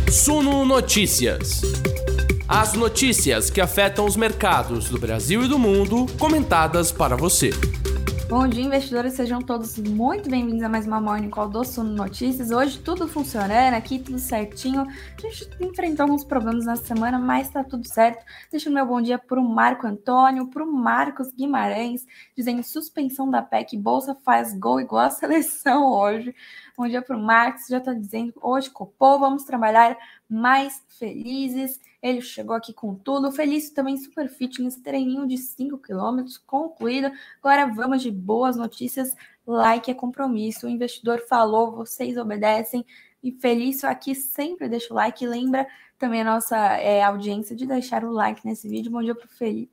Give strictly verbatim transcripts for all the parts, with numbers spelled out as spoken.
Suno Notícias. As notícias que afetam os mercados do Brasil e do mundo, comentadas para você. Bom dia, investidores, sejam todos muito bem-vindos a mais uma Morning Call do Suno Notícias. Hoje tudo funcionando, aqui tudo certinho. A gente enfrentou alguns problemas na semana, mas tá tudo certo. Deixa o meu bom dia para o Marco Antônio, para o Marcos Guimarães, dizendo suspensão da P E C, Bolsa faz gol igual a seleção hoje. Bom dia para o Marcos, já está dizendo, hoje copou, vamos trabalhar mais felizes. Ele chegou aqui com tudo. Felício também, super fitness, treininho de cinco quilômetros concluído. Agora vamos de boas notícias. Like é compromisso. O investidor falou, vocês obedecem. E Felício aqui sempre deixa o like. Lembra também a nossa é, audiência de deixar o like nesse vídeo. Bom dia para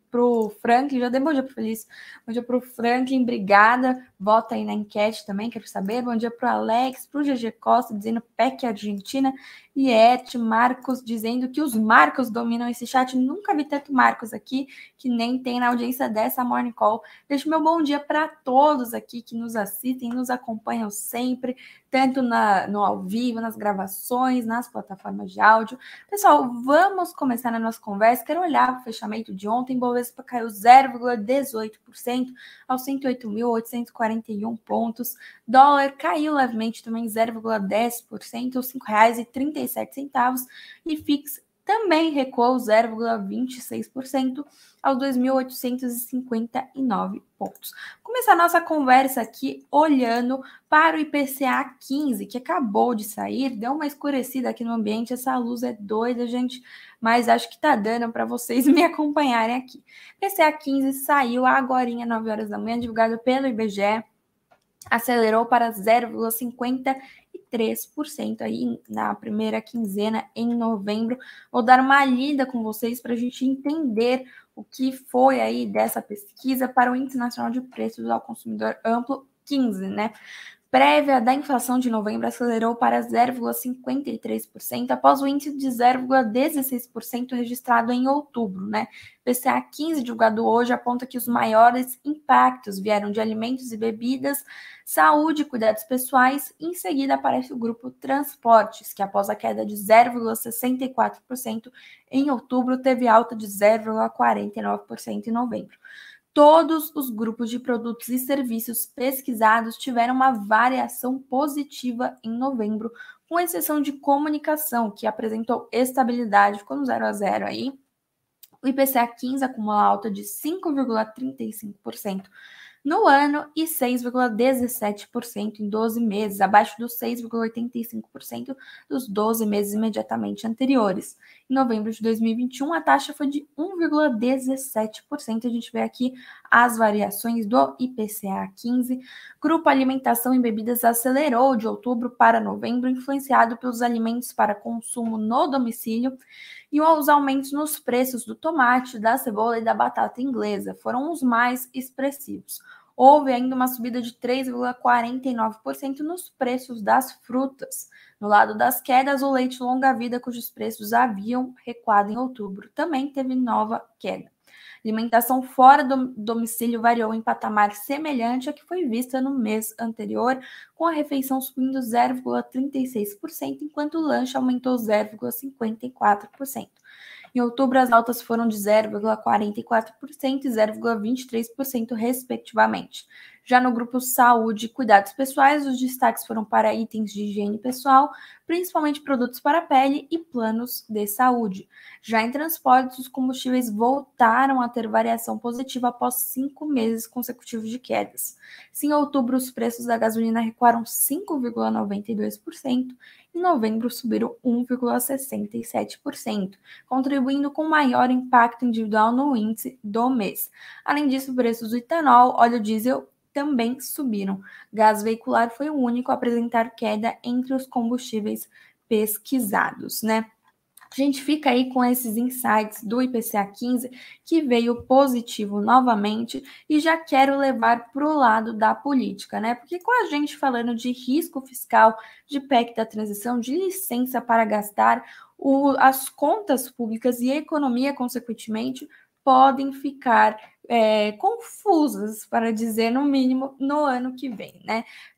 o Franklin. Já dei bom dia para o Felício. Bom dia para o Franklin. Obrigada. Vota aí na enquete também, quero saber. Bom dia para o Alex, para o G G Costa, dizendo P E C Argentina. E Et Marcos dizendo que os Marcos dominam esse chat. Nunca vi tanto Marcos aqui, que nem tem na audiência dessa Morning Call. Deixo meu bom dia para todos aqui que nos assistem, nos acompanham sempre, tanto na, no ao vivo, nas gravações, nas plataformas de áudio. Pessoal, vamos começar a nossa conversa. Quero olhar o fechamento de ontem. Bovespa caiu zero vírgula dezoito por cento aos cento e oito mil oitocentos e quarenta e um pontos. Dólar caiu levemente também zero vírgula dez por cento aos cinco reais e trinta e sete centavos. E F I X também recuou zero vírgula vinte e seis por cento aos dois mil oitocentos e cinquenta e nove pontos. Começar a nossa conversa aqui olhando para o I P C A quinze, que acabou de sair, deu uma escurecida aqui no ambiente, essa luz é doida, gente, mas acho que tá dando para vocês me acompanharem aqui. I P C A quinze saiu agorinha, nove horas da manhã, divulgado pelo I B G E, acelerou para zero vírgula cinquenta e três por cento aí na primeira quinzena em novembro. Vou dar uma lida com vocês para a gente entender o que foi aí dessa pesquisa para o Índice Nacional de Preços ao Consumidor Amplo quinze, né? Prévia da inflação de novembro acelerou para zero vírgula cinquenta e três por cento após o índice de zero vírgula dezesseis por cento registrado em outubro, né? I P C A quinze divulgado hoje aponta que os maiores impactos vieram de alimentos e bebidas, saúde e cuidados pessoais. Em seguida aparece o grupo transportes, que após a queda de zero vírgula sessenta e quatro por cento em outubro teve alta de zero vírgula quarenta e nove por cento em novembro. Todos os grupos de produtos e serviços pesquisados tiveram uma variação positiva em novembro, com exceção de comunicação, que apresentou estabilidade, ficou no zero a zero aí. O I P C A quinze acumula alta de cinco vírgula trinta e cinco por cento no ano e seis vírgula dezessete por cento em doze meses, abaixo dos seis vírgula oitenta e cinco por cento dos doze meses imediatamente anteriores. Em novembro de dois mil e vinte e um, a taxa foi de um vírgula dezessete por cento. A gente vê aqui as variações do I P C A quinze. Grupo Alimentação e Bebidas acelerou de outubro para novembro, influenciado pelos alimentos para consumo no domicílio, e os aumentos nos preços do tomate, da cebola e da batata inglesa foram os mais expressivos. Houve ainda uma subida de três vírgula quarenta e nove por cento nos preços das frutas. No lado das quedas, o leite longa-vida, cujos preços haviam recuado em outubro, também teve nova queda. Alimentação fora do domicílio variou em patamar semelhante à que foi vista no mês anterior, com a refeição subindo zero vírgula trinta e seis por cento, enquanto o lanche aumentou zero vírgula cinquenta e quatro por cento. Em outubro, as altas foram de zero vírgula quarenta e quatro por cento e zero vírgula vinte e três por cento, respectivamente. Já no grupo Saúde e Cuidados Pessoais, os destaques foram para itens de higiene pessoal, principalmente produtos para a pele e planos de saúde. Já em transportes, os combustíveis voltaram a ter variação positiva após cinco meses consecutivos de quedas. Se em outubro os preços da gasolina recuaram cinco vírgula noventa e dois por cento, em novembro subiram um vírgula sessenta e sete por cento, contribuindo com maior impacto individual no índice do mês. Além disso, preços do etanol, óleo diesel também subiram. Gás veicular foi o único a apresentar queda entre os combustíveis pesquisados, né? A gente fica aí com esses insights do I P C A quinze, que veio positivo novamente, e já quero levar para o lado da política, né? Porque com a gente falando de risco fiscal, de P E C da transição, de licença para gastar, o, as contas públicas e a economia, consequentemente, podem ficar é, confusas, para dizer no mínimo, no ano que vem, né?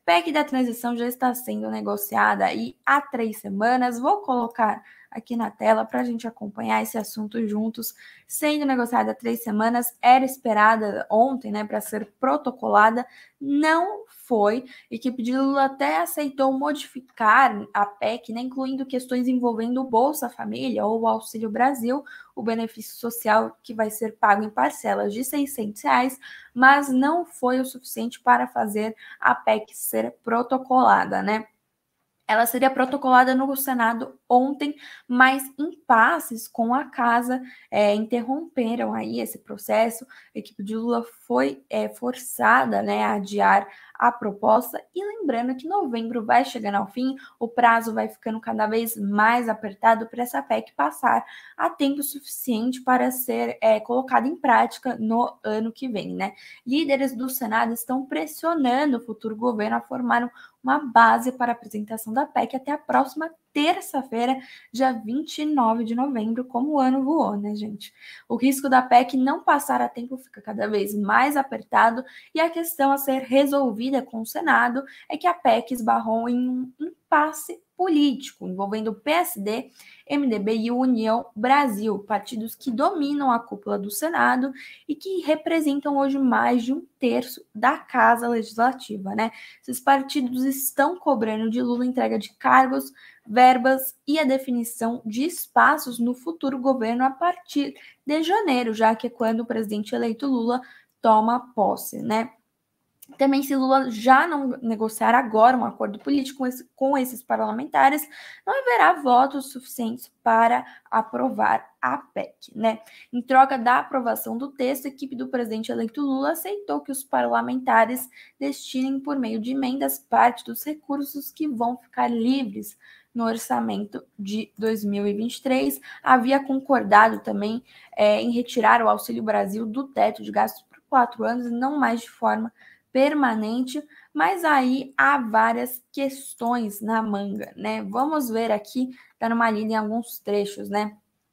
P E C da transição já está sendo negociada aí há três semanas. Vou colocar aqui na tela para a gente acompanhar esse assunto juntos. Sendo negociada há três semanas, era esperada ontem, né, para ser protocolada, não foi. A equipe de Lula até aceitou modificar a P E C, né, incluindo questões envolvendo o Bolsa Família ou o Auxílio Brasil, o benefício social que vai ser pago em parcelas de seiscentos reais, mas não foi o suficiente para fazer a P E C ser protocolada, né? Ela seria protocolada no Senado ontem, mas impasses com a casa é, interromperam aí esse processo. A equipe de Lula foi é, forçada, né, a adiar a proposta. E lembrando que novembro vai chegando ao fim, o prazo vai ficando cada vez mais apertado para essa P E C passar a tempo suficiente para ser é, colocada em prática no ano que vem, né? Líderes do Senado estão pressionando o futuro governo a formar uma base para a apresentação da P E C até a próxima terça-feira, dia vinte e nove de novembro, como o ano voou, né, gente? O risco da P E C não passar a tempo fica cada vez mais apertado e a questão a ser resolvida com o Senado é que a P E C esbarrou em um impasse político envolvendo o P S D, M D B e União Brasil, partidos que dominam a cúpula do Senado e que representam hoje mais de um terço da Casa Legislativa, né? Esses partidos estão cobrando de Lula entrega de cargos, verbas e a definição de espaços no futuro governo a partir de janeiro, já que é quando o presidente eleito Lula toma posse, né? Também, se Lula já não negociar agora um acordo político com, esse, com esses parlamentares, não haverá votos suficientes para aprovar a P E C, né? Em troca da aprovação do texto, a equipe do presidente eleito Lula aceitou que os parlamentares destinem por meio de emendas parte dos recursos que vão ficar livres no orçamento de dois mil e vinte e três. Havia concordado também é, em retirar o Auxílio Brasil do teto de gastos por quatro anos e não mais de forma permanente, mas aí há várias questões na manga, né? Vamos ver aqui, dando uma lida em alguns trechos, né?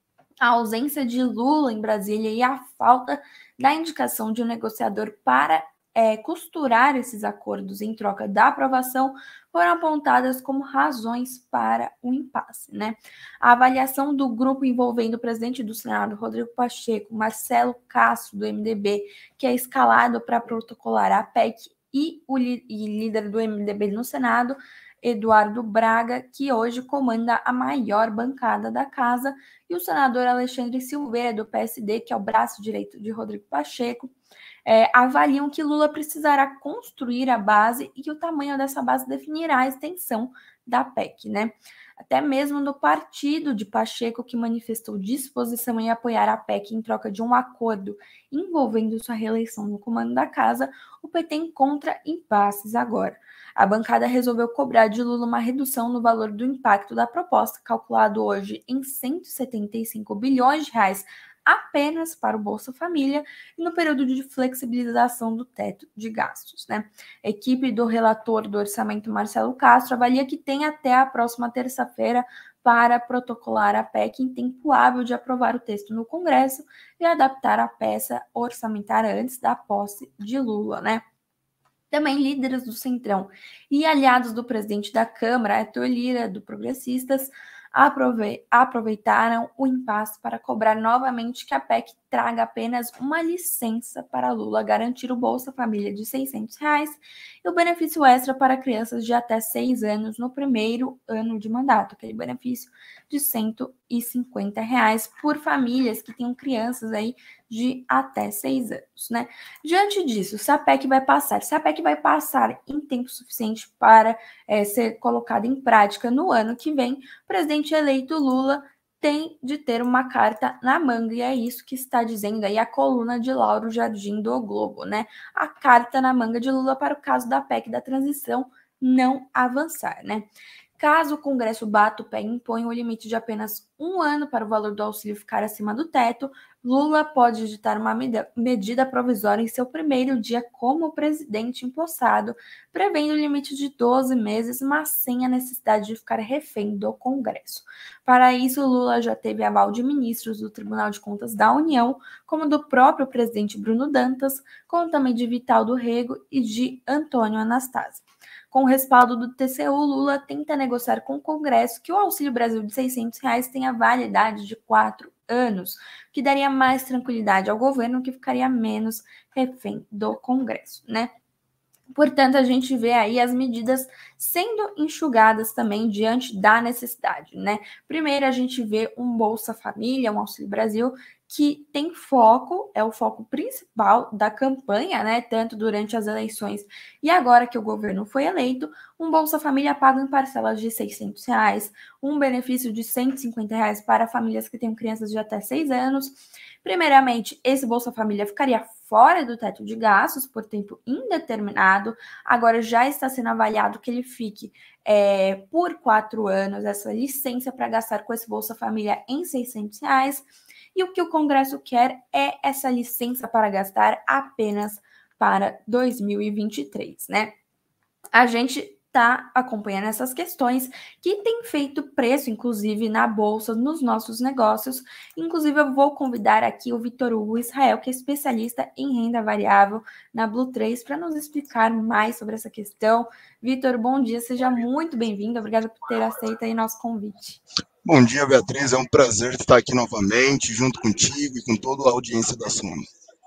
A ausência de Lula em Brasília e a falta da indicação de um negociador para é, costurar esses acordos em troca da aprovação foram apontadas como razões para o impasse, né? A avaliação do grupo envolvendo o presidente do Senado, Rodrigo Pacheco, Marcelo Castro, do M D B, que é escalado para protocolar a P E C, e o e líder do M D B no Senado, Eduardo Braga, que hoje comanda a maior bancada da casa, e o senador Alexandre Silveira, do P S D, que é o braço direito de Rodrigo Pacheco, é, avaliam que Lula precisará construir a base e que o tamanho dessa base definirá a extensão da P E C, né? Até mesmo no partido de Pacheco, que manifestou disposição em apoiar a P E C em troca de um acordo envolvendo sua reeleição no comando da casa, o P T encontra impasses agora. A bancada resolveu cobrar de Lula uma redução no valor do impacto da proposta, calculado hoje em cento e setenta e cinco bilhões de reais apenas para o Bolsa Família e no período de flexibilização do teto de gastos, né? A equipe do relator do orçamento, Marcelo Castro, avalia que tem até a próxima terça-feira para protocolar a P E C em tempo hábil de aprovar o texto no Congresso e adaptar a peça orçamentária antes da posse de Lula, né? Também líderes do Centrão e aliados do presidente da Câmara, Arthur Lira, do Progressistas, aproveitaram o impasse para cobrar novamente que a P E C traga apenas uma licença para Lula garantir o Bolsa Família de seiscentos reais e o benefício extra para crianças de até seis anos no primeiro ano de mandato, aquele benefício de cento e cinquenta reais por famílias que tenham crianças aí de até seis anos, né? Diante disso, se a P E C vai passar, se a P E C vai passar em tempo suficiente para é, ser colocada em prática no ano que vem, o presidente eleito Lula tem de ter uma carta na manga, e é isso que está dizendo aí a coluna de Lauro Jardim do O Globo, né? A carta na manga de Lula para o caso da P E C da transição não avançar, né? Caso o Congresso bata o pé e imponha o limite de apenas um ano para o valor do auxílio ficar acima do teto, Lula pode editar uma medida provisória em seu primeiro dia como presidente empossado, prevendo o limite de doze meses, mas sem a necessidade de ficar refém do Congresso. Para isso, Lula já teve aval de ministros do Tribunal de Contas da União, como do próprio presidente Bruno Dantas, como também de Vital do Rego e de Antônio Anastácio. Com o respaldo do T C U, Lula tenta negociar com o Congresso que o Auxílio Brasil de seiscentos reais tenha validade de quatro anos, que daria mais tranquilidade ao governo, que ficaria menos refém do Congresso, né? Portanto, a gente vê aí as medidas sendo enxugadas também diante da necessidade, né? Primeiro, a gente vê um Bolsa Família, um Auxílio Brasil, que tem foco, é o foco principal da campanha, né? Tanto durante as eleições e agora que o governo foi eleito, um Bolsa Família pago em parcelas de seiscentos reais, um benefício de cento e cinquenta reais para famílias que têm crianças de até seis anos. Primeiramente, esse Bolsa Família ficaria fora do teto de gastos por tempo indeterminado. Agora já está sendo avaliado que ele fique é, por quatro anos, essa licença para gastar com esse Bolsa Família em seiscentos reais. E o que o Congresso quer é essa licença para gastar apenas para dois mil e vinte e três, né? A gente está acompanhando essas questões que tem feito preço, inclusive, na Bolsa, nos nossos negócios. Inclusive, eu vou convidar aqui o Vitor Hugo Israel, que é especialista em renda variável na Blue três, para nos explicar mais sobre essa questão. Vitor, bom dia, seja muito bem-vindo. Obrigada por ter aceito aí nosso convite. Bom dia, Beatriz. É um prazer estar aqui novamente, junto contigo e com toda a audiência da Suno.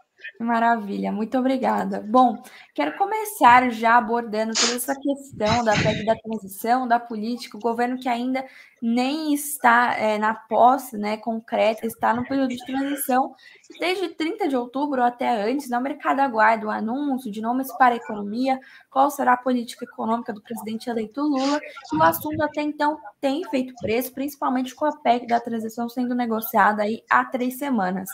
Maravilha, muito obrigada. Bom, quero começar já abordando toda essa questão da P E C da transição, da política, o governo que ainda nem está é, na posse, né, concreta, está no período de transição. Desde trinta de outubro ou até antes, o mercado aguarda o anúncio de nomes para a economia, qual será a política econômica do presidente eleito Lula, e o assunto até então tem feito preço, principalmente com a P E C da transição sendo negociada aí há três semanas.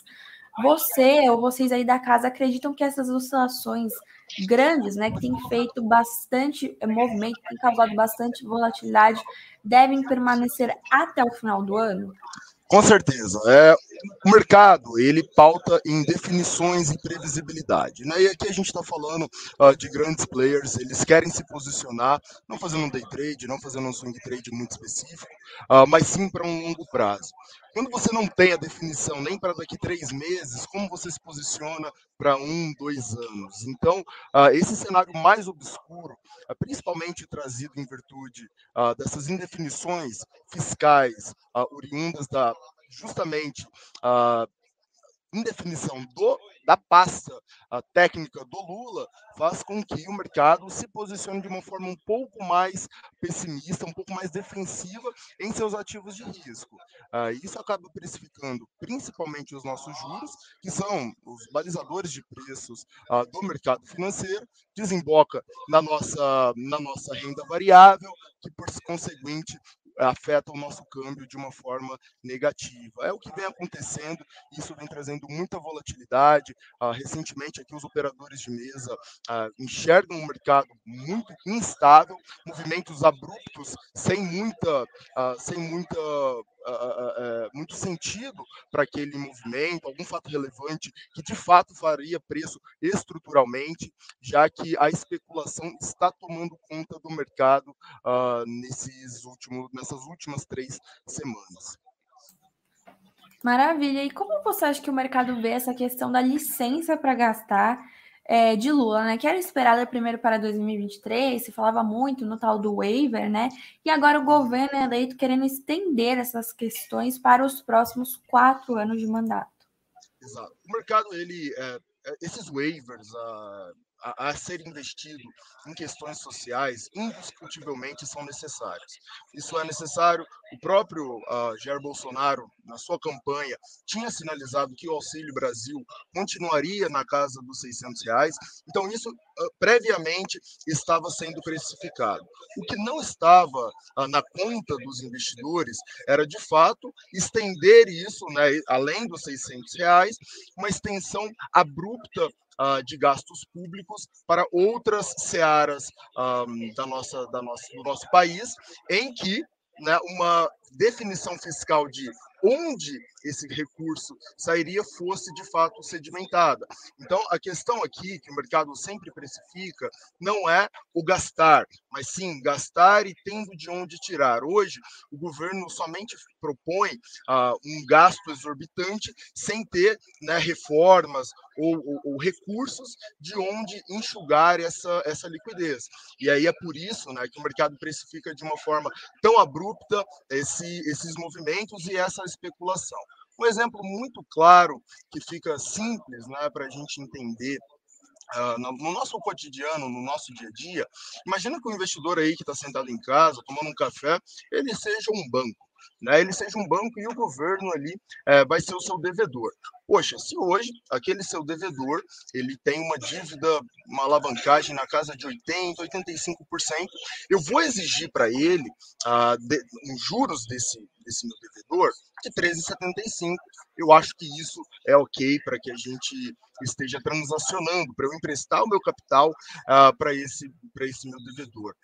Você ou vocês aí da casa acreditam que essas oscilações grandes, né, que tem feito bastante movimento, tem causado bastante volatilidade, devem permanecer até o final do ano? Com certeza. É, o mercado, ele pauta em definições e previsibilidade, né? E aqui a gente está falando uh, de grandes players, eles querem se posicionar, não fazendo um day trade, não fazendo um swing trade muito específico, uh, mas sim para um longo prazo. Quando você não tem a definição nem para daqui três meses, como você se posiciona para um, dois anos? Então, uh, esse cenário mais obscuro, uh, principalmente trazido em virtude uh, dessas indefinições fiscais uh, oriundas da justamente a indefinição do, da pasta a técnica do Lula, faz com que o mercado se posicione de uma forma um pouco mais pessimista, um pouco mais defensiva em seus ativos de risco. Uh, isso acaba precificando principalmente os nossos juros, que são os balizadores de preços uh, do mercado financeiro, desemboca na nossa, na nossa renda variável, que por conseguinte afeta o nosso câmbio de uma forma negativa. É o que vem acontecendo, isso vem trazendo muita volatilidade. Uh, recentemente, aqui os operadores de mesa uh, enxergam um mercado muito instável, movimentos abruptos, sem muita, uh, sem muita uh, uh, uh, muito sentido para aquele movimento, algum fato relevante que de fato faria preço estruturalmente, já que a especulação está tomando conta do mercado uh, nesses últimos nessas últimas três semanas. Maravilha. E como você acha que o mercado vê essa questão da licença para gastar é, de Lula, né? Que era esperada primeiro para dois mil e vinte e três, se falava muito no tal do waiver, né? E agora o governo é eleito querendo estender essas questões para os próximos quatro anos de mandato. Exato. O mercado, ele, é, esses waivers, uh... A, a ser investido em questões sociais, indiscutivelmente são necessários. Isso é necessário. O próprio uh, Jair Bolsonaro, na sua campanha, tinha sinalizado que o Auxílio Brasil continuaria na casa dos seiscentos reais. Então, isso uh, previamente estava sendo precificado. O que não estava uh, na conta dos investidores era, de fato, estender isso, né, além dos seiscentos reais, uma extensão abrupta Uh, de gastos públicos para outras searas um, da nossa, da nossa, do nosso país, em que, né, uma definição fiscal de onde esse recurso sairia fosse de fato sedimentada. Então, a questão aqui que o mercado sempre precifica não é o gastar, mas sim gastar e tendo de onde tirar. Hoje, o governo somente propõe uh, um gasto exorbitante sem ter, né, reformas ou, ou, ou recursos de onde enxugar essa, essa liquidez. E aí é por isso, né, que o mercado precifica de uma forma tão abrupta esse, esses movimentos e essa especulação. Um exemplo muito claro, que fica simples, né, para a gente entender uh, no, no nosso cotidiano, no nosso dia a dia, imagina que o investidor aí que está sentado em casa, tomando um café, ele seja um banco. Né, ele seja um banco e o governo ali é, vai ser o seu devedor. Poxa, se hoje aquele seu devedor ele tem uma dívida, uma alavancagem na casa de oitenta, oitenta e cinco por cento, eu vou exigir para ele ah, de, os juros desse, desse meu devedor de treze vírgula setenta e cinco. Eu acho que isso é ok para que a gente esteja transacionando, para eu emprestar o meu capital ah, para esse, para esse meu devedor.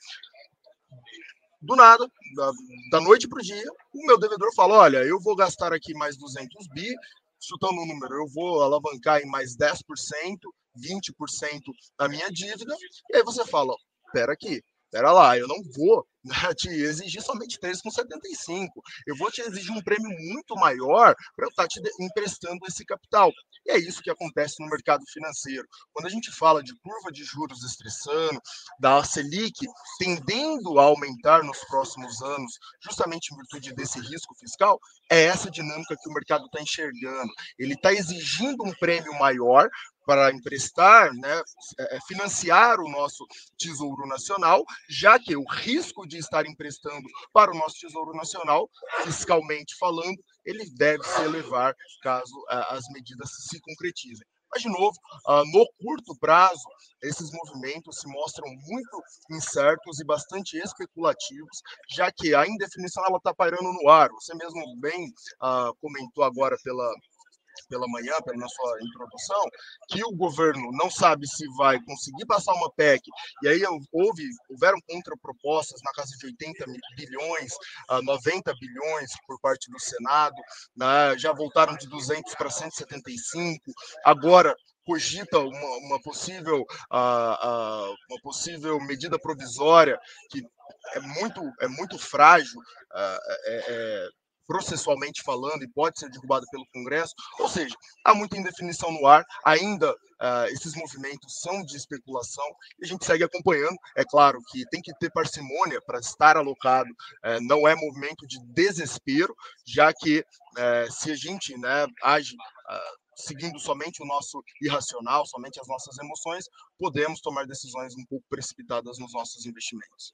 Do nada, da, da noite para o dia, o meu devedor fala, olha, eu vou gastar aqui mais duzentos bi, chutando o número, eu vou alavancar em mais dez por cento, vinte por cento da minha dívida, e aí você fala, espera aqui, espera lá, eu não vou, né, te exigir somente três vírgula setenta e cinco, eu vou te exigir um prêmio muito maior para eu estar te emprestando esse capital. E é isso que acontece no mercado financeiro. Quando a gente fala de curva de juros estressando, da Selic tendendo a aumentar nos próximos anos, justamente em virtude desse risco fiscal, é essa dinâmica que o mercado está enxergando. Ele está exigindo um prêmio maior para emprestar, né, financiar o nosso Tesouro Nacional, já que o risco de estar emprestando para o nosso Tesouro Nacional, fiscalmente falando, ele deve se elevar caso uh, as medidas se concretizem. Mas, de novo, uh, no curto prazo, esses movimentos se mostram muito incertos e bastante especulativos, já que a indefinição está pairando no ar. Você mesmo bem uh, comentou agora pela, pela manhã, pela sua introdução, que o governo não sabe se vai conseguir passar uma P E C, e aí houve, houveram contrapropostas na casa de oitenta bilhões, noventa bilhões por parte do Senado, né, já voltaram de duzentos para cento e setenta e cinco, agora cogita uma, uma, possível, uh, uh, uma possível medida provisória que é muito, é muito frágil, uh, é, é, processualmente falando, e pode ser derrubada pelo Congresso, ou seja, há muita indefinição no ar, ainda uh, esses movimentos são de especulação, e a gente segue acompanhando. É claro que tem que ter parcimônia para estar alocado, uh, não é movimento de desespero, já que uh, se a gente, né, age uh, seguindo somente o nosso irracional, somente as nossas emoções, podemos tomar decisões um pouco precipitadas nos nossos investimentos.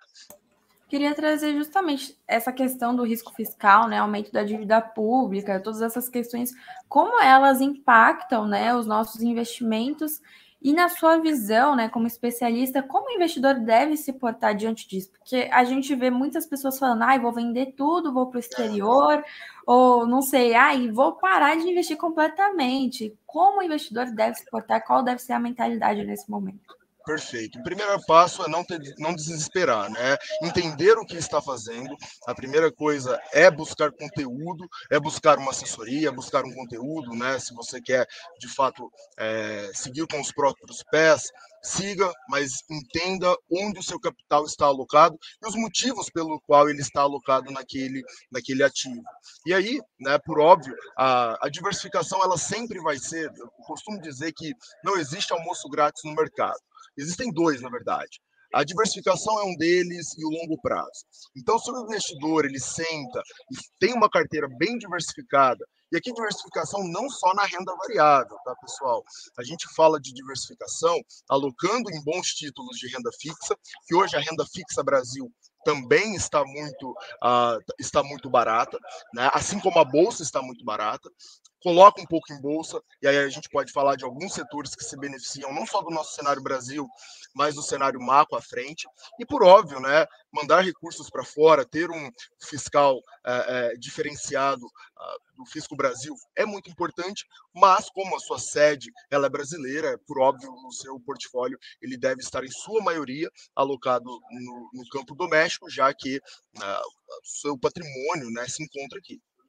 Queria trazer justamente essa questão do risco fiscal, né, aumento da dívida pública, todas essas questões, como elas impactam, né, os nossos investimentos e, na sua visão, né, como especialista, como o investidor deve se portar diante disso? Porque a gente vê muitas pessoas falando, ah, vou vender tudo, vou para o exterior, ou não sei, ah, vou parar de investir completamente. Como o investidor deve se portar? Qual deve ser a mentalidade nesse momento? Perfeito. O primeiro passo é não, ter, não desesperar, né? Entender o que está fazendo. A primeira coisa é buscar conteúdo, é buscar uma assessoria, buscar um conteúdo, né? Se você quer, de fato, é, seguir com os próprios pés, siga, mas entenda onde o seu capital está alocado e os motivos pelo qual ele está alocado naquele, naquele ativo. E aí, né, por óbvio, a, a diversificação ela sempre vai ser, eu costumo dizer que não existe almoço grátis no mercado. Existem dois, na verdade. A diversificação é um deles e o longo prazo. Então, se o investidor ele senta e tem uma carteira bem diversificada, e aqui diversificação não só na renda variável, tá, pessoal? A gente fala de diversificação alocando em bons títulos de renda fixa, que hoje a renda fixa Brasil também está muito, uh, está muito barata, né? Assim como a bolsa está muito barata. Coloca um pouco em bolsa, e aí a gente pode falar de alguns setores que se beneficiam não só do nosso cenário Brasil, mas do cenário macro à frente. E por óbvio, né, mandar recursos para fora, ter um fiscal é, é, diferenciado uh, do Fisco Brasil é muito importante, mas como a sua sede ela é brasileira, por óbvio, o seu portfólio ele deve estar em sua maioria alocado no, no campo doméstico, já que uh, o seu patrimônio, né, se encontra aqui.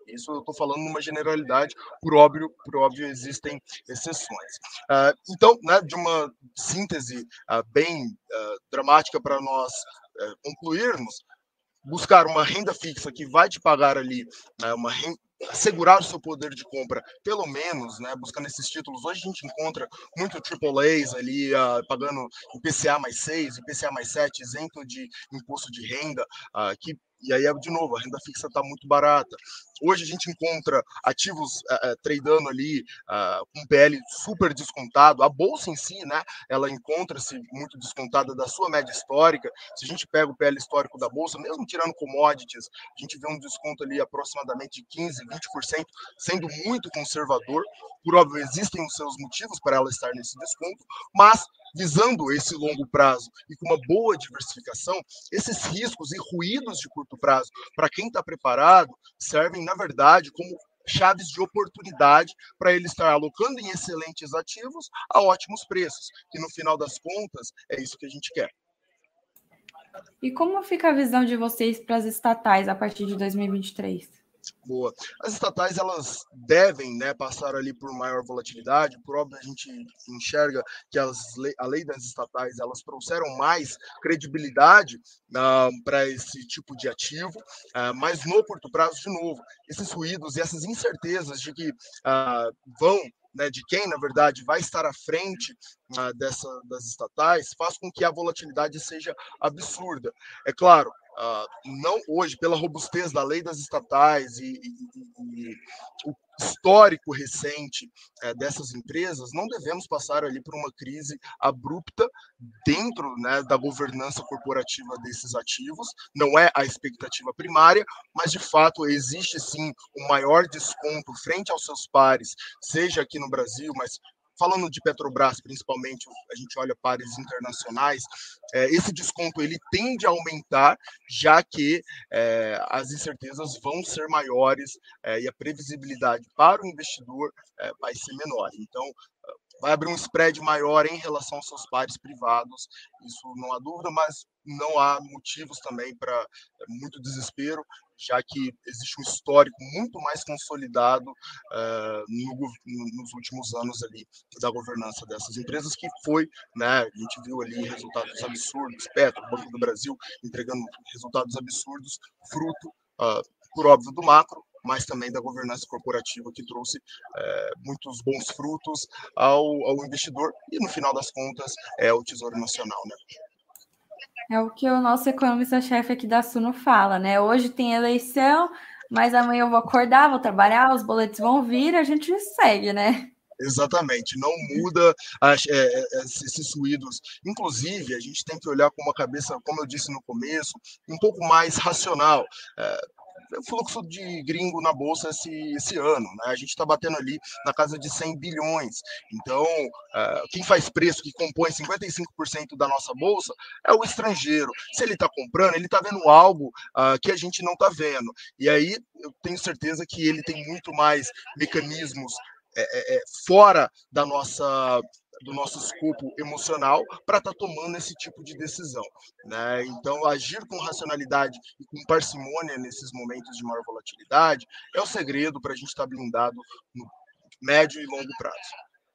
Isso eu estou falando numa generalidade, por óbvio, por óbvio existem exceções. Uh, então, né, de uma síntese uh, bem uh, dramática para nós uh, concluirmos, buscar uma renda fixa que vai te pagar ali né, uma renda, assegurar o seu poder de compra, pelo menos, né, buscando esses títulos. Hoje a gente encontra muito Triple A's ali, uh, pagando I P C A mais seis, I P C A mais sete, isento de imposto de renda, uh, que e aí, de novo, a renda fixa está muito barata. Hoje a gente encontra ativos uh, uh, tradando ali uh, com P L super descontado. A bolsa em si, né, ela encontra-se muito descontada da sua média histórica. Se a gente pega o P L histórico da bolsa, mesmo tirando commodities, a gente vê um desconto ali aproximadamente de quinze, vinte por cento, sendo muito conservador. Por óbvio, existem os seus motivos para ela estar nesse desconto, mas visando esse longo prazo e com uma boa diversificação, esses riscos e ruídos de curto prazo, para quem está preparado, servem, na verdade, como chaves de oportunidade para ele estar alocando em excelentes ativos a ótimos preços, que no final das contas é isso que a gente quer. E como fica a visão de vocês para as estatais a partir de dois mil e vinte e três? Boa. As estatais, elas devem né, passar ali por maior volatilidade. Por óbvio, a gente enxerga que as le a lei das estatais, elas trouxeram mais credibilidade uh, para esse tipo de ativo, uh, mas no curto prazo, de novo, esses ruídos e essas incertezas de que uh, vão né, de quem, na verdade, vai estar à frente uh, dessa, das estatais, faz com que a volatilidade seja absurda. É claro, uh, não hoje, pela robustez da lei das estatais e, e, e o histórico recente uh, dessas empresas, não devemos passar ali por uma crise abrupta dentro né, da governança corporativa desses ativos. Não é a expectativa primária, mas, de fato, existe, sim, um maior desconto frente aos seus pares, seja aqui no Brasil, mas falando de Petrobras, principalmente, a gente olha pares internacionais, é, esse desconto ele tende a aumentar, já que é, as incertezas vão ser maiores é, e a previsibilidade para o investidor é, vai ser menor. Então, vai abrir um spread maior em relação aos seus pares privados, isso não há dúvida, mas não há motivos também para muito desespero, já que existe um histórico muito mais consolidado uh, no, nos últimos anos ali da governança dessas empresas, que foi, né, a gente viu ali resultados absurdos, Petro, Banco do Brasil entregando resultados absurdos, fruto, uh, por óbvio, do macro, mas também da governança corporativa que trouxe é, muitos bons frutos ao, ao investidor e, no final das contas, é o Tesouro Nacional, né? É o que o nosso economista-chefe aqui da Suno fala, né? Hoje tem eleição, mas amanhã eu vou acordar, vou trabalhar, os boletos vão vir, a gente segue, né? Exatamente, não muda as, é, esses ruídos. Inclusive, a gente tem que olhar com uma cabeça, como eu disse no começo, um pouco mais racional. É, o fluxo de gringo na bolsa esse, esse ano, né? A gente está batendo ali na casa de cem bilhões. Então, uh, quem faz preço, que compõe cinquenta e cinco por cento da nossa bolsa, é o estrangeiro. Se ele está comprando, ele está vendo algo uh, que a gente não está vendo. E aí, eu tenho certeza que ele tem muito mais mecanismos é, é, fora da nossa... do nosso escopo emocional para estar tá tomando esse tipo de decisão, né? Então, agir com racionalidade e com parcimônia nesses momentos de maior volatilidade é o segredo para a gente estar tá blindado no médio e longo prazo.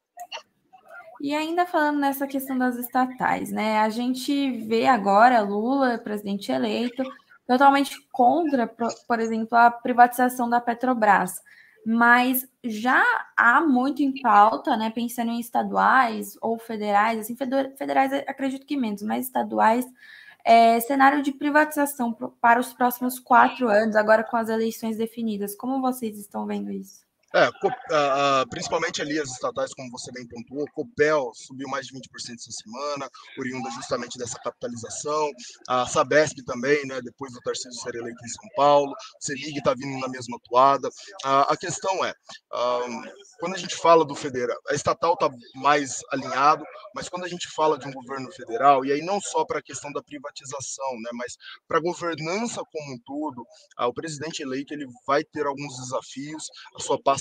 E ainda falando nessa questão das estatais, né? A gente vê agora Lula, presidente eleito, totalmente contra, por exemplo, a privatização da Petrobras. Mas já há muito em pauta, né, pensando em estaduais ou federais, assim, federais acredito que menos, mas estaduais, é, cenário de privatização para os próximos quatro anos, agora com as eleições definidas. Como vocês estão vendo isso? É, uh, principalmente ali as estatais, como você bem pontuou, Copel subiu mais de vinte por cento essa semana, oriunda justamente dessa capitalização, a Sabesp também, né, depois do Tarcísio ser eleito em São Paulo, o Selig está vindo na mesma toada. Uh, a questão é, um, quando a gente fala do federal, a estatal está mais alinhado, mas quando a gente fala de um governo federal, e aí não só para a questão da privatização, né, mas para a governança como um todo, uh, o presidente eleito ele vai ter alguns desafios, a sua pasta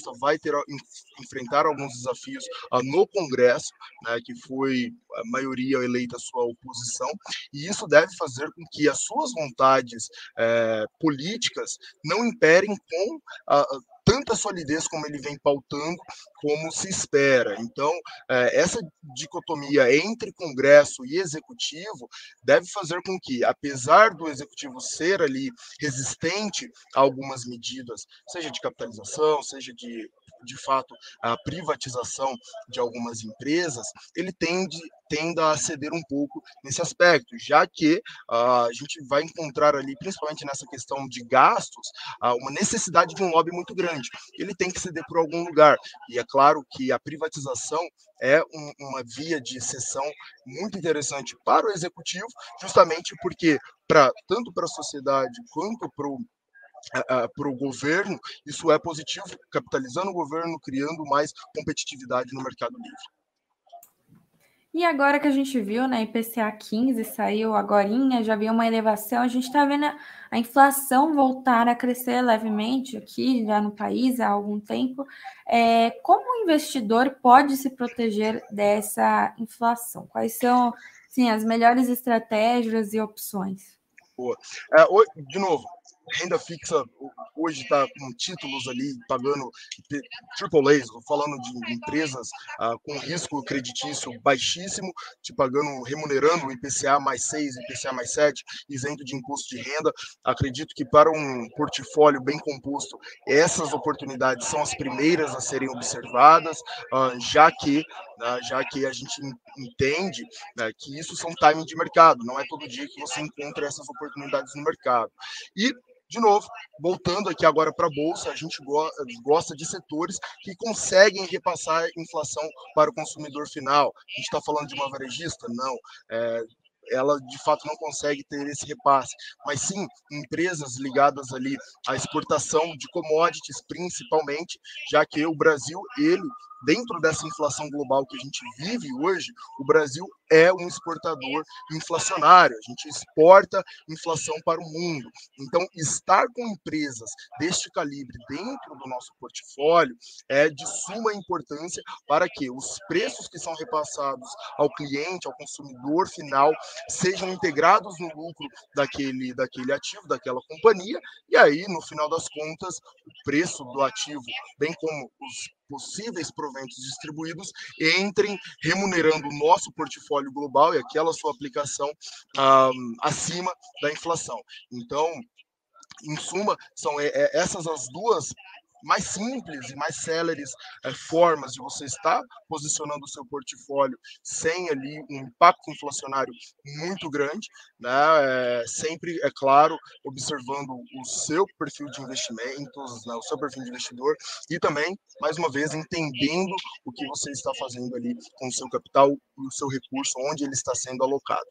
proposta vai ter enfrentar alguns desafios uh, no Congresso, né, que foi a maioria eleita sua oposição, e isso deve fazer com que as suas vontades eh, políticas não imperem com a tanta solidez como ele vem pautando, como se espera. Então, essa dicotomia entre Congresso e Executivo deve fazer com que, apesar do Executivo ser ali resistente a algumas medidas, seja de capitalização, seja de, de fato, a privatização de algumas empresas, ele tende tenda a ceder um pouco nesse aspecto, já que uh, a gente vai encontrar ali, principalmente nessa questão de gastos, uh, uma necessidade de um lobby muito grande. Ele tem que ceder por algum lugar. E é claro que a privatização é um, uma via de cessão muito interessante para o executivo, justamente porque, pra, tanto para a sociedade quanto para o para o governo, isso é positivo, capitalizando o governo, criando mais competitividade no mercado livre. E agora que a gente viu, né, I P C A quinze saiu agorinha, já viu uma elevação, a gente está vendo a inflação voltar a crescer levemente aqui, já no país, há algum tempo. É, como o investidor pode se proteger dessa inflação? Quais são, sim, as melhores estratégias e opções? Boa. É, de novo, renda fixa hoje está com títulos ali pagando triple A's, falando de empresas ah, com risco creditício baixíssimo, te pagando, remunerando o I P C A mais seis, I P C A mais sete, isento de imposto de renda. Acredito que para um portfólio bem composto, essas oportunidades são as primeiras a serem observadas, ah, já que já que a gente entende, né, que isso são timing de mercado, não é todo dia que você encontra essas oportunidades no mercado. E, de novo, voltando aqui agora para a Bolsa, a gente gosta de setores que conseguem repassar a inflação para o consumidor final. A gente está falando de uma varejista? Não. É, ela de fato não consegue ter esse repasse, mas sim empresas ligadas ali à exportação de commodities, principalmente, já que o Brasil, ele, dentro dessa inflação global que a gente vive hoje, o Brasil é um exportador inflacionário, a gente exporta inflação para o mundo. Então, estar com empresas deste calibre dentro do nosso portfólio é de suma importância para que os preços que são repassados ao cliente, ao consumidor final, sejam integrados no lucro daquele, daquele ativo, daquela companhia, e aí, no final das contas, o preço do ativo, bem como os possíveis proventos distribuídos, entrem remunerando o nosso portfólio global e aquela sua aplicação um, acima da inflação. Então, em suma, são essas as duas mais simples e mais céleres é, formas de você estar posicionando o seu portfólio sem ali um impacto inflacionário muito grande, né? É, sempre, é claro, observando o seu perfil de investimentos, né? O seu perfil de investidor e também, mais uma vez, entendendo o que você está fazendo ali com o seu capital e o seu recurso, onde ele está sendo alocado.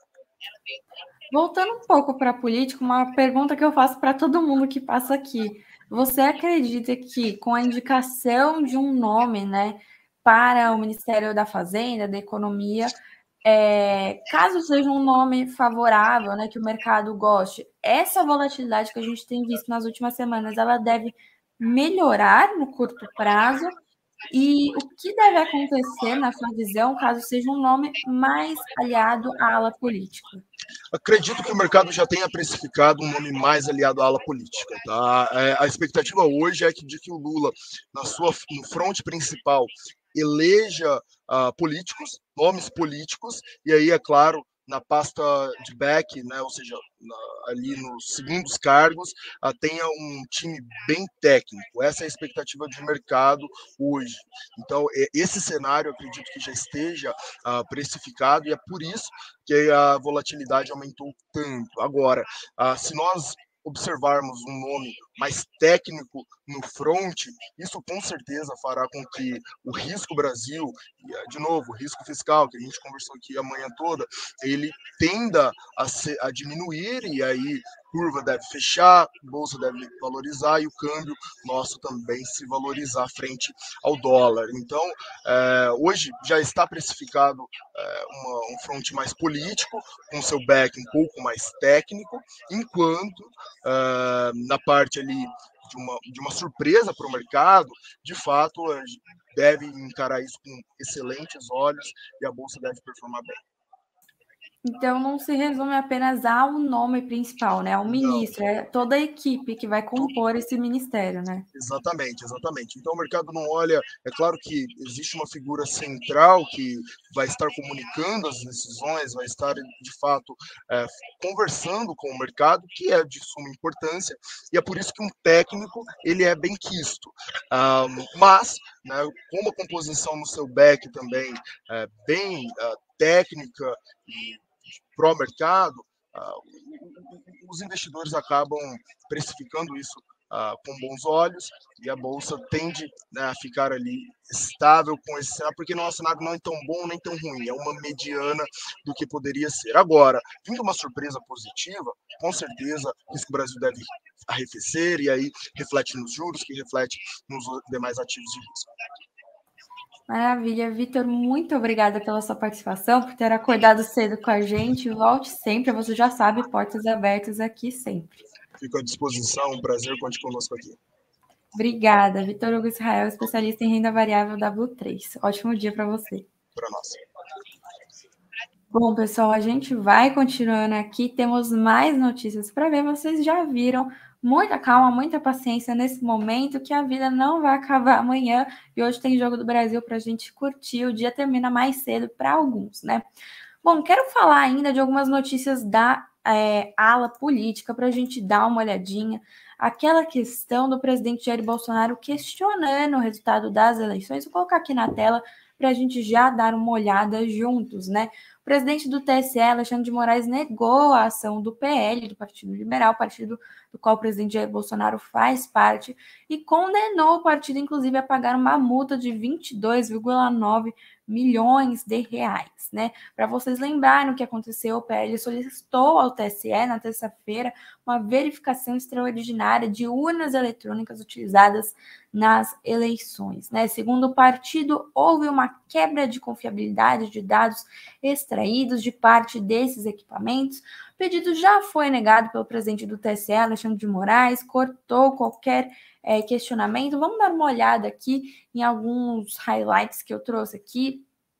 Voltando um pouco para a política, uma pergunta que eu faço para todo mundo que passa aqui. Você acredita que com a indicação de um nome, né, para o Ministério da Fazenda, da Economia, é, caso seja um nome favorável, né, que o mercado goste, essa volatilidade que a gente tem visto nas últimas semanas, ela deve melhorar no curto prazo? E o que deve acontecer, na sua visão, caso seja um nome mais aliado à ala política? Acredito que o mercado já tenha precificado um nome mais aliado à ala política. Tá? É, a expectativa hoje é que, de que o Lula, na sua no fronte principal, eleja uh, políticos, nomes políticos, e aí, é claro, na pasta de back, né, ou seja, na, ali nos segundos cargos, uh, tenha um time bem técnico. Essa é a expectativa de mercado hoje. Então, esse cenário, acredito que já esteja uh, precificado, e é por isso que a volatilidade aumentou tanto. Agora, uh, se nós observarmos um nome mais técnico no front, isso com certeza fará com que o risco Brasil, de novo, o risco fiscal, que a gente conversou aqui a manhã toda, ele tenda a, ser, a diminuir, e aí curva deve fechar, bolsa deve valorizar e o câmbio nosso também se valorizar frente ao dólar. Então, é, hoje já está precificado é, uma, um front mais político, com seu back um pouco mais técnico, enquanto é, na parte ali de uma, de uma surpresa para o mercado, de fato, deve encarar isso com excelentes olhos e a Bolsa deve performar bem. Então, não se resume apenas ao nome principal, né? Ao Não. ministro, é toda a equipe que vai compor esse ministério, né? Exatamente, exatamente. Então, o mercado não olha... É claro que existe uma figura central que vai estar comunicando as decisões, vai estar, de fato, é, conversando com o mercado, que é de suma importância, e é por isso que um técnico, ele é bem quisto. Um, mas, né, como a composição no seu back também é bem uh, técnica e pró-mercado, uh, os investidores acabam precificando isso uh, com bons olhos, e a Bolsa tende, né, a ficar ali estável com esse cenário, porque não é um cenário não é tão bom nem tão ruim, é uma mediana do que poderia ser. Agora, vindo uma surpresa positiva, com certeza o risco Brasil deve arrefecer, e aí reflete nos juros, que reflete nos demais ativos de risco. Maravilha, Vitor, muito obrigada pela sua participação, por ter acordado cedo com a gente. Volte sempre, você já sabe, portas abertas aqui sempre. Fico à disposição, um prazer, conte conosco aqui. Obrigada, Vitor Hugo Israel, especialista em renda variável W três. Ótimo dia para você. Para nós. Bom, pessoal, a gente vai continuando aqui, temos mais notícias para ver, vocês já viram. Muita calma, muita paciência nesse momento, que a vida não vai acabar amanhã. E hoje tem Jogo do Brasil para a gente curtir. O dia termina mais cedo para alguns, né? Bom, quero falar ainda de algumas notícias da é, ala política para a gente dar uma olhadinha. Aquela questão do presidente Jair Bolsonaro questionando o resultado das eleições. Vou colocar aqui na tela para a gente já dar uma olhada juntos, né? O presidente do T S E, Alexandre de Moraes, negou a ação do P L, do Partido Liberal, partido do qual o presidente Jair Bolsonaro faz parte, e condenou o partido, inclusive, a pagar uma multa de vinte e dois vírgula nove milhões de reais, né? Para vocês lembrarem o que aconteceu, o P L solicitou ao T S E na terça-feira uma verificação extraordinária de urnas eletrônicas utilizadas nas eleições, né? Segundo o partido, houve uma quebra de confiabilidade de dados extraídos de parte desses equipamentos. O pedido já foi negado pelo presidente do T S E, Alexandre de Moraes, cortou qualquer é, questionamento. Vamos dar uma olhada aqui em alguns highlights que eu trouxe aqui.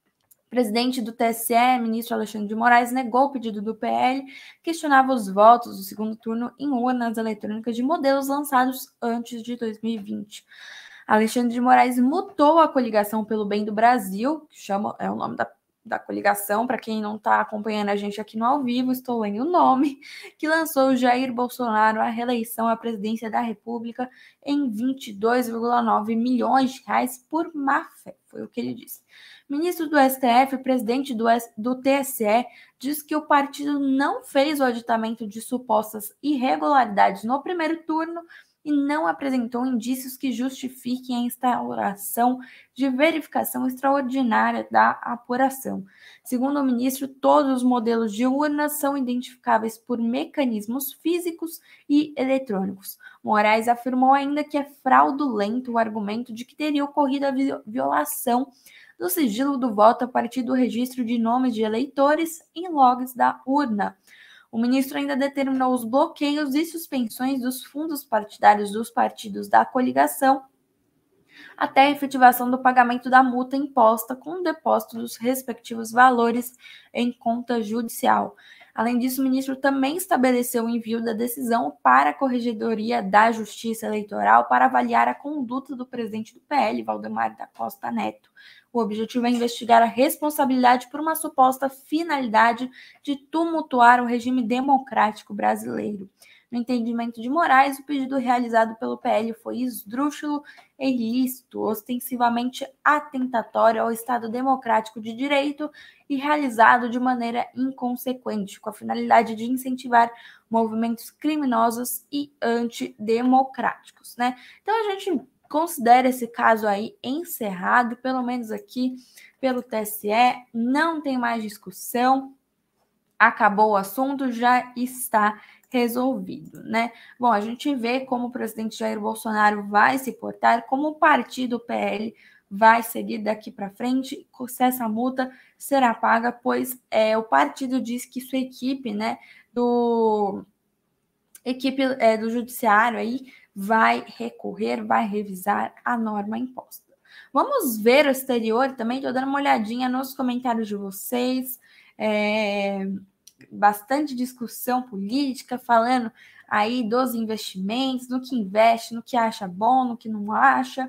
O presidente do T S E, ministro Alexandre de Moraes, negou o pedido do P L, questionava os votos do segundo turno em urnas eletrônicas de modelos lançados antes de dois mil e vinte. Alexandre de Moraes mutou a coligação pelo bem do Brasil, que chama, é o nome da da coligação, para quem não está acompanhando a gente aqui no ao vivo, estou lendo o nome, que lançou Jair Bolsonaro à reeleição à presidência da República em vinte e dois vírgula nove milhões de reais por má fé, foi o que ele disse. Ministro do S T F, presidente do, do T S E, diz que o partido não fez o aditamento de supostas irregularidades no primeiro turno e não apresentou indícios que justifiquem a instauração de verificação extraordinária da apuração. Segundo o ministro, todos os modelos de urnas são identificáveis por mecanismos físicos e eletrônicos. Moraes afirmou ainda que é fraudulento o argumento de que teria ocorrido a violação do sigilo do voto a partir do registro de nomes de eleitores em logs da urna. O ministro ainda determinou os bloqueios e suspensões dos fundos partidários dos partidos da coligação até a efetivação do pagamento da multa imposta com o depósito dos respectivos valores em conta judicial. Além disso, o ministro também estabeleceu o envio da decisão para a Corregedoria da Justiça Eleitoral para avaliar a conduta do presidente do P L, Valdemar da Costa Neto. O objetivo é investigar a responsabilidade por uma suposta finalidade de tumultuar o regime democrático brasileiro. No entendimento de Moraes, o pedido realizado pelo P L foi esdrúxulo e ilícito, ostensivamente atentatório ao Estado Democrático de Direito e realizado de maneira inconsequente, com a finalidade de incentivar movimentos criminosos e antidemocráticos, né? Então a gente considera esse caso aí encerrado, pelo menos aqui pelo T S E, não tem mais discussão, acabou o assunto, já está resolvido, né? Bom, a gente vê como o presidente Jair Bolsonaro vai se portar, como o partido P L vai seguir daqui para frente, se essa multa será paga, pois é, o partido diz que sua equipe, né, do equipe é, do judiciário aí vai recorrer, vai revisar a norma imposta. Vamos ver o exterior também, estou dando uma olhadinha nos comentários de vocês, é, bastante discussão política, falando aí dos investimentos, no que investe, no que acha bom, no que não acha.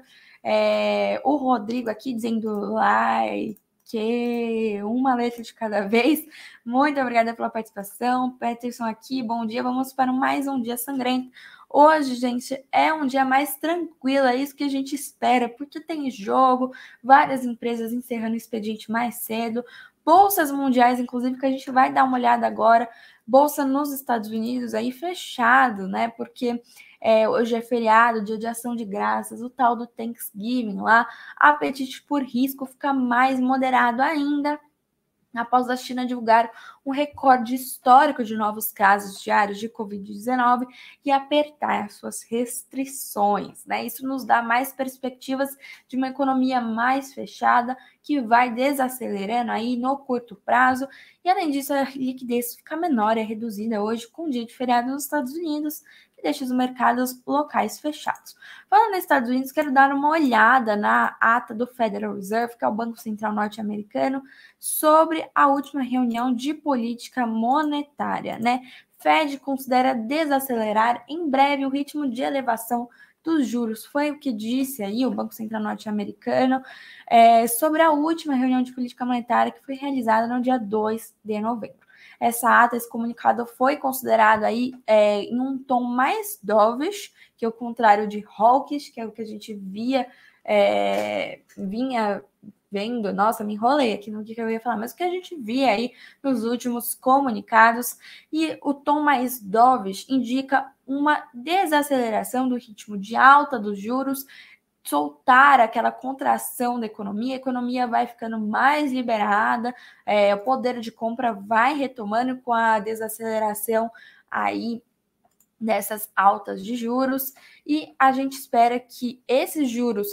É, o Rodrigo aqui dizendo like, que uma letra de cada vez. Muito obrigada pela participação. Peterson aqui, bom dia. Vamos para mais um dia sangrento. Hoje, gente, é um dia mais tranquilo, é isso que a gente espera, porque tem jogo, várias empresas encerrando o expediente mais cedo, bolsas mundiais, inclusive, que a gente vai dar uma olhada agora, bolsa nos Estados Unidos aí fechado, né? Porque é, hoje é feriado, dia de ação de graças, o tal do Thanksgiving lá, apetite por risco fica mais moderado ainda, após a China divulgar um recorde histórico de novos casos diários de covid dezenove e apertar suas restrições, né? Isso nos dá mais perspectivas de uma economia mais fechada, que vai desacelerando aí no curto prazo, e além disso, a liquidez fica menor, é reduzida hoje com o dia de feriado nos Estados Unidos, que deixa os mercados locais fechados. Falando nos Estados Unidos, quero dar uma olhada na ata do Federal Reserve, que é o Banco Central norte-americano, sobre a última reunião de política monetária, né? Fed considera desacelerar em breve o ritmo de elevação dos juros. Foi o que disse aí o Banco Central norte-americano é, sobre a última reunião de política monetária que foi realizada no dia dois de novembro. Essa ata, esse comunicado foi considerado aí é, em um tom mais dovish, que é o contrário de hawkish, que é o que a gente via, é, vinha vendo, nossa, me enrolei aqui no que eu ia falar, mas o que a gente via aí nos últimos comunicados, e o tom mais dovish indica uma desaceleração do ritmo de alta dos juros, soltar aquela contração da economia, a economia vai ficando mais liberada, é, o poder de compra vai retomando com a desaceleração aí dessas altas de juros, e a gente espera que esses juros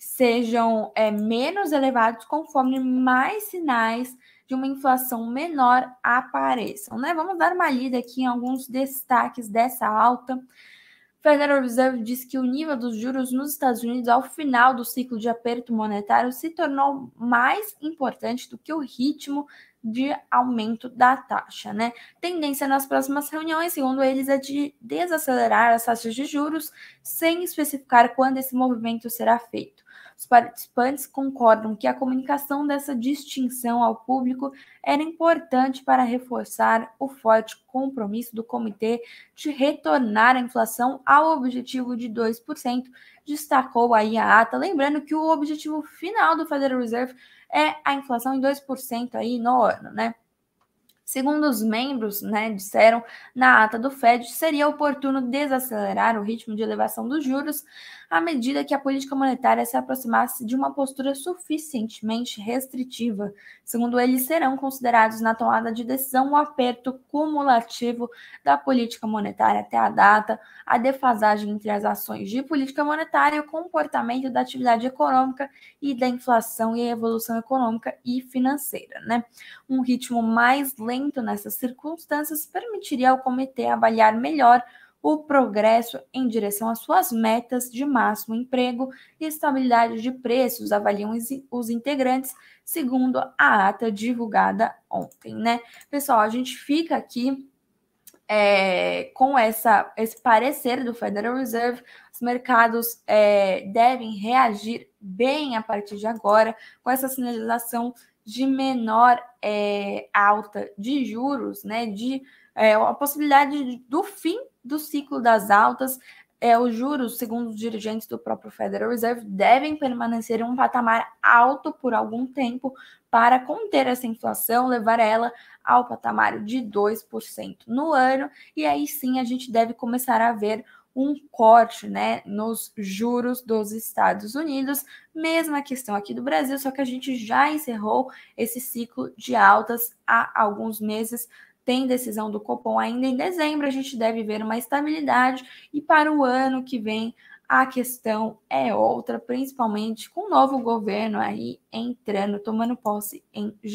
sejam é, menos elevados conforme mais sinais de uma inflação menor apareçam, né? Vamos dar uma lida aqui em alguns destaques dessa alta. Federal Reserve diz que o nível dos juros nos Estados Unidos ao final do ciclo de aperto monetário se tornou mais importante do que o ritmo de aumento da taxa, né? Tendência nas próximas reuniões, segundo eles, é de desacelerar as taxas de juros, sem especificar quando esse movimento será feito. Os participantes concordam que a comunicação dessa distinção ao público era importante para reforçar o forte compromisso do comitê de retornar a inflação ao objetivo de dois por cento, destacou aí a ata, lembrando que o objetivo final do Federal Reserve é a inflação em dois por cento aí no ano, né? Segundo os membros, né, disseram na ata do Fed, seria oportuno desacelerar o ritmo de elevação dos juros à medida que a política monetária se aproximasse de uma postura suficientemente restritiva. Segundo eles, serão considerados na tomada de decisão o aperto cumulativo da política monetária até a data, a defasagem entre as ações de política monetária e o comportamento da atividade econômica e da inflação e a evolução econômica e financeira, né? Um ritmo mais lento nessas circunstâncias permitiria ao comitê avaliar melhor o progresso em direção às suas metas de máximo emprego e estabilidade de preços, avaliam os integrantes, segundo a ata divulgada ontem, né? Pessoal, a gente fica aqui é, com essa, esse parecer do Federal Reserve. Os mercados é, devem reagir bem a partir de agora, com essa sinalização de menor é, alta de juros, né? De é, a possibilidade do fim do ciclo das altas. É, os juros, segundo os dirigentes do próprio Federal Reserve, devem permanecer em um patamar alto por algum tempo para conter essa inflação, levar ela ao patamar de dois por cento no ano, e aí sim a gente deve começar a ver um corte, né, nos juros dos Estados Unidos. Mesma questão aqui do Brasil, só que a gente já encerrou esse ciclo de altas há alguns meses. Tem decisão do Copom ainda em dezembro, a gente deve ver uma estabilidade, e para o ano que vem a questão é outra, principalmente com o novo governo aí entrando, tomando posse em janeiro.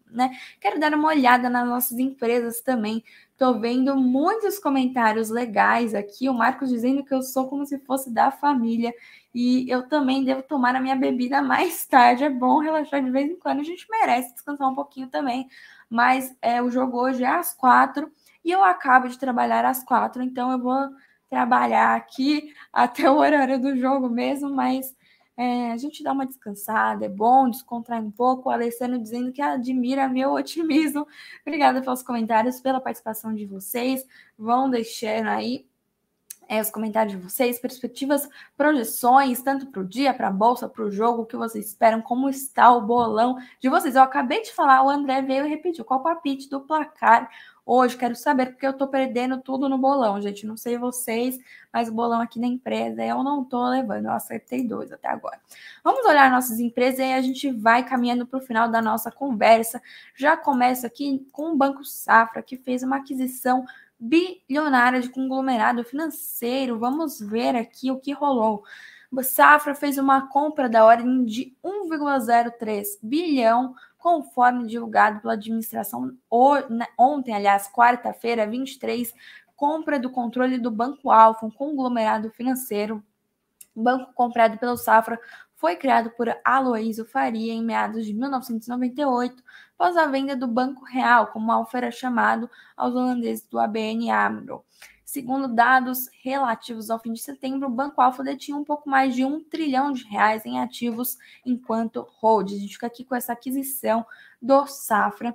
né? Quero dar uma olhada nas nossas empresas também. Tô vendo muitos comentários legais aqui. O Marcos dizendo que eu sou como se fosse da família. E eu também devo tomar a minha bebida mais tarde. É bom relaxar de vez em quando. A gente merece descansar um pouquinho também. Mas é, o jogo hoje é às quatro e eu acabo de trabalhar às quatro. Então eu vou trabalhar aqui até o horário do jogo mesmo. Mas é, a gente dá uma descansada. É bom descontrair um pouco. O Alessandro dizendo que admira meu otimismo. Obrigada pelos comentários, pela participação de vocês. Vão deixando aí É, os comentários de vocês, perspectivas, projeções, tanto para o dia, para a bolsa, para o jogo, o que vocês esperam, como está o bolão de vocês. Eu acabei de falar, o André veio e repetiu, qual o palpite do placar hoje? Quero saber, porque eu estou perdendo tudo no bolão, gente, não sei vocês, mas o bolão aqui na empresa eu não estou levando, eu acertei dois até agora. Vamos olhar nossas empresas e aí a gente vai caminhando para o final da nossa conversa. Já começo aqui com o Banco Safra, que fez uma aquisição bilionária de conglomerado financeiro. Vamos ver aqui o que rolou. O Safra fez uma compra da ordem de um vírgula zero três bilhão, conforme divulgado pela administração ontem, aliás, quarta-feira, vinte e três, compra do controle do Banco Alfa, um conglomerado financeiro. O banco comprado pelo Safra foi criado por Aloysio Faria em meados de mil novecentos e noventa e oito, após a venda do Banco Real, como Alfa era chamado, aos holandeses do A B N AMRO. Segundo dados relativos ao fim de setembro, o Banco Alfa detinha um pouco mais de um trilhão de reais em ativos enquanto hold. A gente fica aqui com essa aquisição do Safra.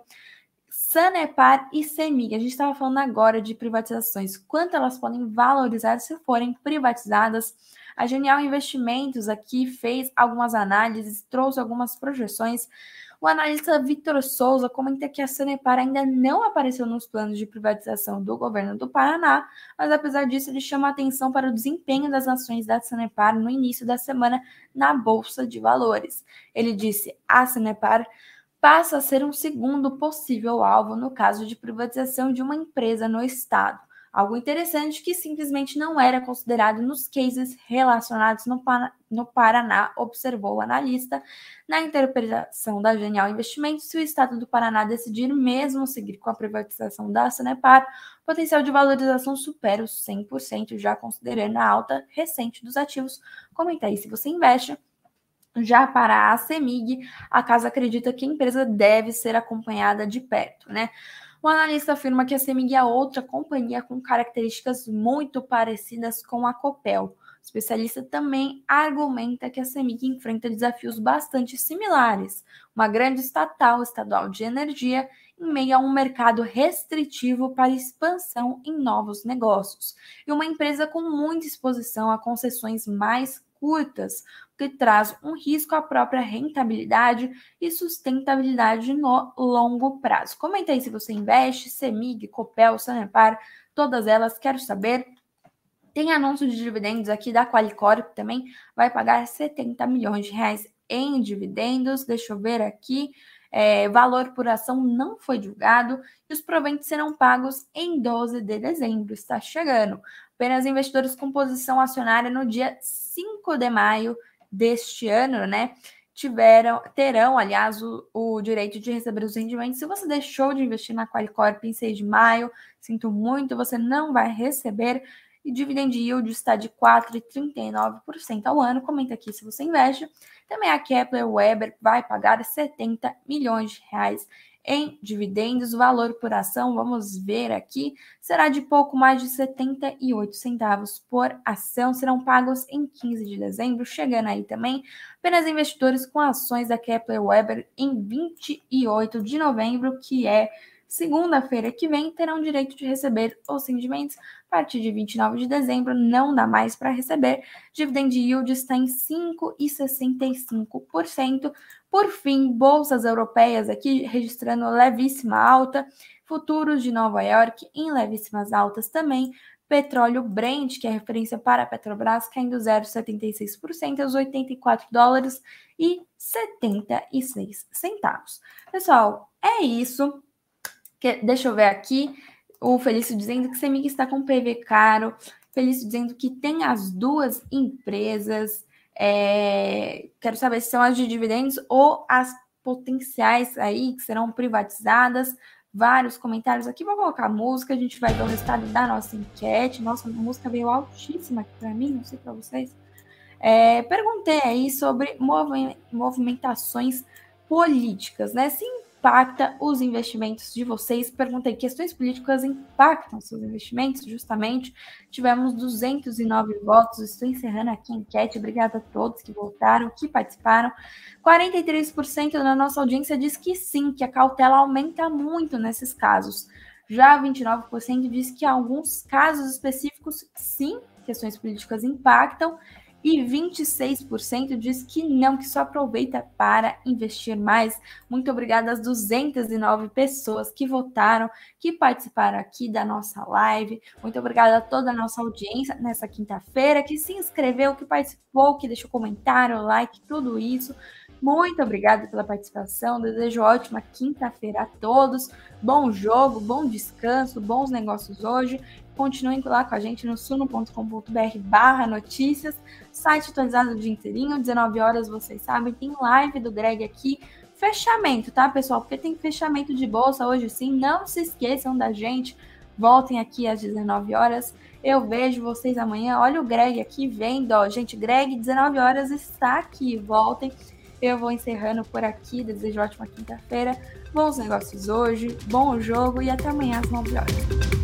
Sanepar e Cemig, a gente estava falando agora de privatizações, quanto elas podem valorizar se forem privatizadas. A Genial Investimentos aqui fez algumas análises, trouxe algumas projeções. O analista Vitor Souza comenta que a Sanepar ainda não apareceu nos planos de privatização do governo do Paraná, mas apesar disso ele chama a atenção para o desempenho das ações da Sanepar no início da semana na Bolsa de Valores. Ele disse: a Sanepar passa a ser um segundo possível alvo no caso de privatização de uma empresa no estado. Algo interessante que simplesmente não era considerado nos cases relacionados no, no Paraná, observou o analista. Na interpretação da Genial Investimentos, se o estado do Paraná decidir mesmo seguir com a privatização da Sanepar, o potencial de valorização supera os cem por cento, já considerando a alta recente dos ativos. Comenta aí se você investe. Já para a Cemig, a casa acredita que a empresa deve ser acompanhada de perto, né? O analista afirma que a Cemig é outra companhia com características muito parecidas com a Copel. O especialista também argumenta que a Cemig enfrenta desafios bastante similares. Uma grande estatal estadual de energia em meio a um mercado restritivo para expansão em novos negócios. E uma empresa com muita exposição a concessões mais curtas, o que traz um risco à própria rentabilidade e sustentabilidade no longo prazo. Comenta aí se você investe, Cemig, Copel, Sanepar, todas elas, quero saber. Tem anúncio de dividendos aqui da Qualicorp também, vai pagar setenta milhões de reais em dividendos, deixa eu ver aqui. É, valor por ação não foi divulgado e os proventos serão pagos em doze de dezembro, está chegando. Apenas investidores com posição acionária no dia cinco de maio deste ano, né, tiveram, terão, aliás, o, o direito de receber os rendimentos. Se você deixou de investir na Qualicorp em seis de maio, sinto muito, você não vai receber. E dividend yield está de quatro vírgula trinta e nove por cento ao ano. Comenta aqui se você investe. Também a Kepler Weber vai pagar setenta milhões de reais em dividendos. O valor por ação, vamos ver aqui, será de pouco mais de setenta e oito centavos por ação. Serão pagos em quinze de dezembro, chegando aí também apenas investidores com ações da Kepler Weber em vinte e oito de novembro, que é segunda-feira que vem, terão direito de receber os rendimentos. A partir de vinte e nove de dezembro, não dá mais para receber. Dividend yield está em cinco vírgula sessenta e cinco por cento. Por fim, bolsas europeias aqui registrando levíssima alta. Futuros de Nova York em levíssimas altas também. Petróleo Brent, que é referência para a Petrobras, caindo zero vírgula setenta e seis por cento aos oitenta e quatro dólares e setenta e seis centavos. Pessoal, é isso. Que, deixa eu ver aqui, o Felício dizendo que Cemig está com P V caro, Felício dizendo que tem as duas empresas, é, quero saber se são as de dividendos ou as potenciais aí que serão privatizadas. Vários comentários aqui, vou colocar música, a gente vai ver o resultado da nossa enquete. Nossa, a música veio altíssima aqui para mim, não sei para vocês. É, perguntei aí sobre movimentações políticas, né? Se impacta os investimentos de vocês. Perguntei, questões políticas impactam seus investimentos? Justamente, tivemos duzentos e nove votos. Estou encerrando aqui a enquete. Obrigada a todos que votaram, que participaram. quarenta e três por cento da nossa audiência diz que sim, que a cautela aumenta muito nesses casos. Já vinte e nove por cento diz que alguns casos específicos, sim, questões políticas impactam. E vinte e seis por cento diz que não, que só aproveita para investir mais. Muito obrigada às duzentas e nove pessoas que votaram, que participaram aqui da nossa live. Muito obrigada a toda a nossa audiência nessa quinta-feira, que se inscreveu, que participou, que deixou comentário, like, tudo isso. Muito obrigada pela participação. Desejo ótima quinta-feira a todos. Bom jogo, bom descanso, bons negócios hoje. Continuem lá com a gente no suno ponto com ponto b r barra notícias, site atualizado o dia inteirinho, dezenove horas, vocês sabem, tem live do Greg aqui, fechamento, tá, pessoal? Porque tem fechamento de bolsa hoje sim, não se esqueçam da gente, voltem aqui às dezenove horas, eu vejo vocês amanhã, olha o Greg aqui vendo, ó, gente, Greg, dezenove horas está aqui, voltem, eu vou encerrando por aqui, desejo ótima quinta-feira, bons negócios hoje, bom jogo e até amanhã às nove horas.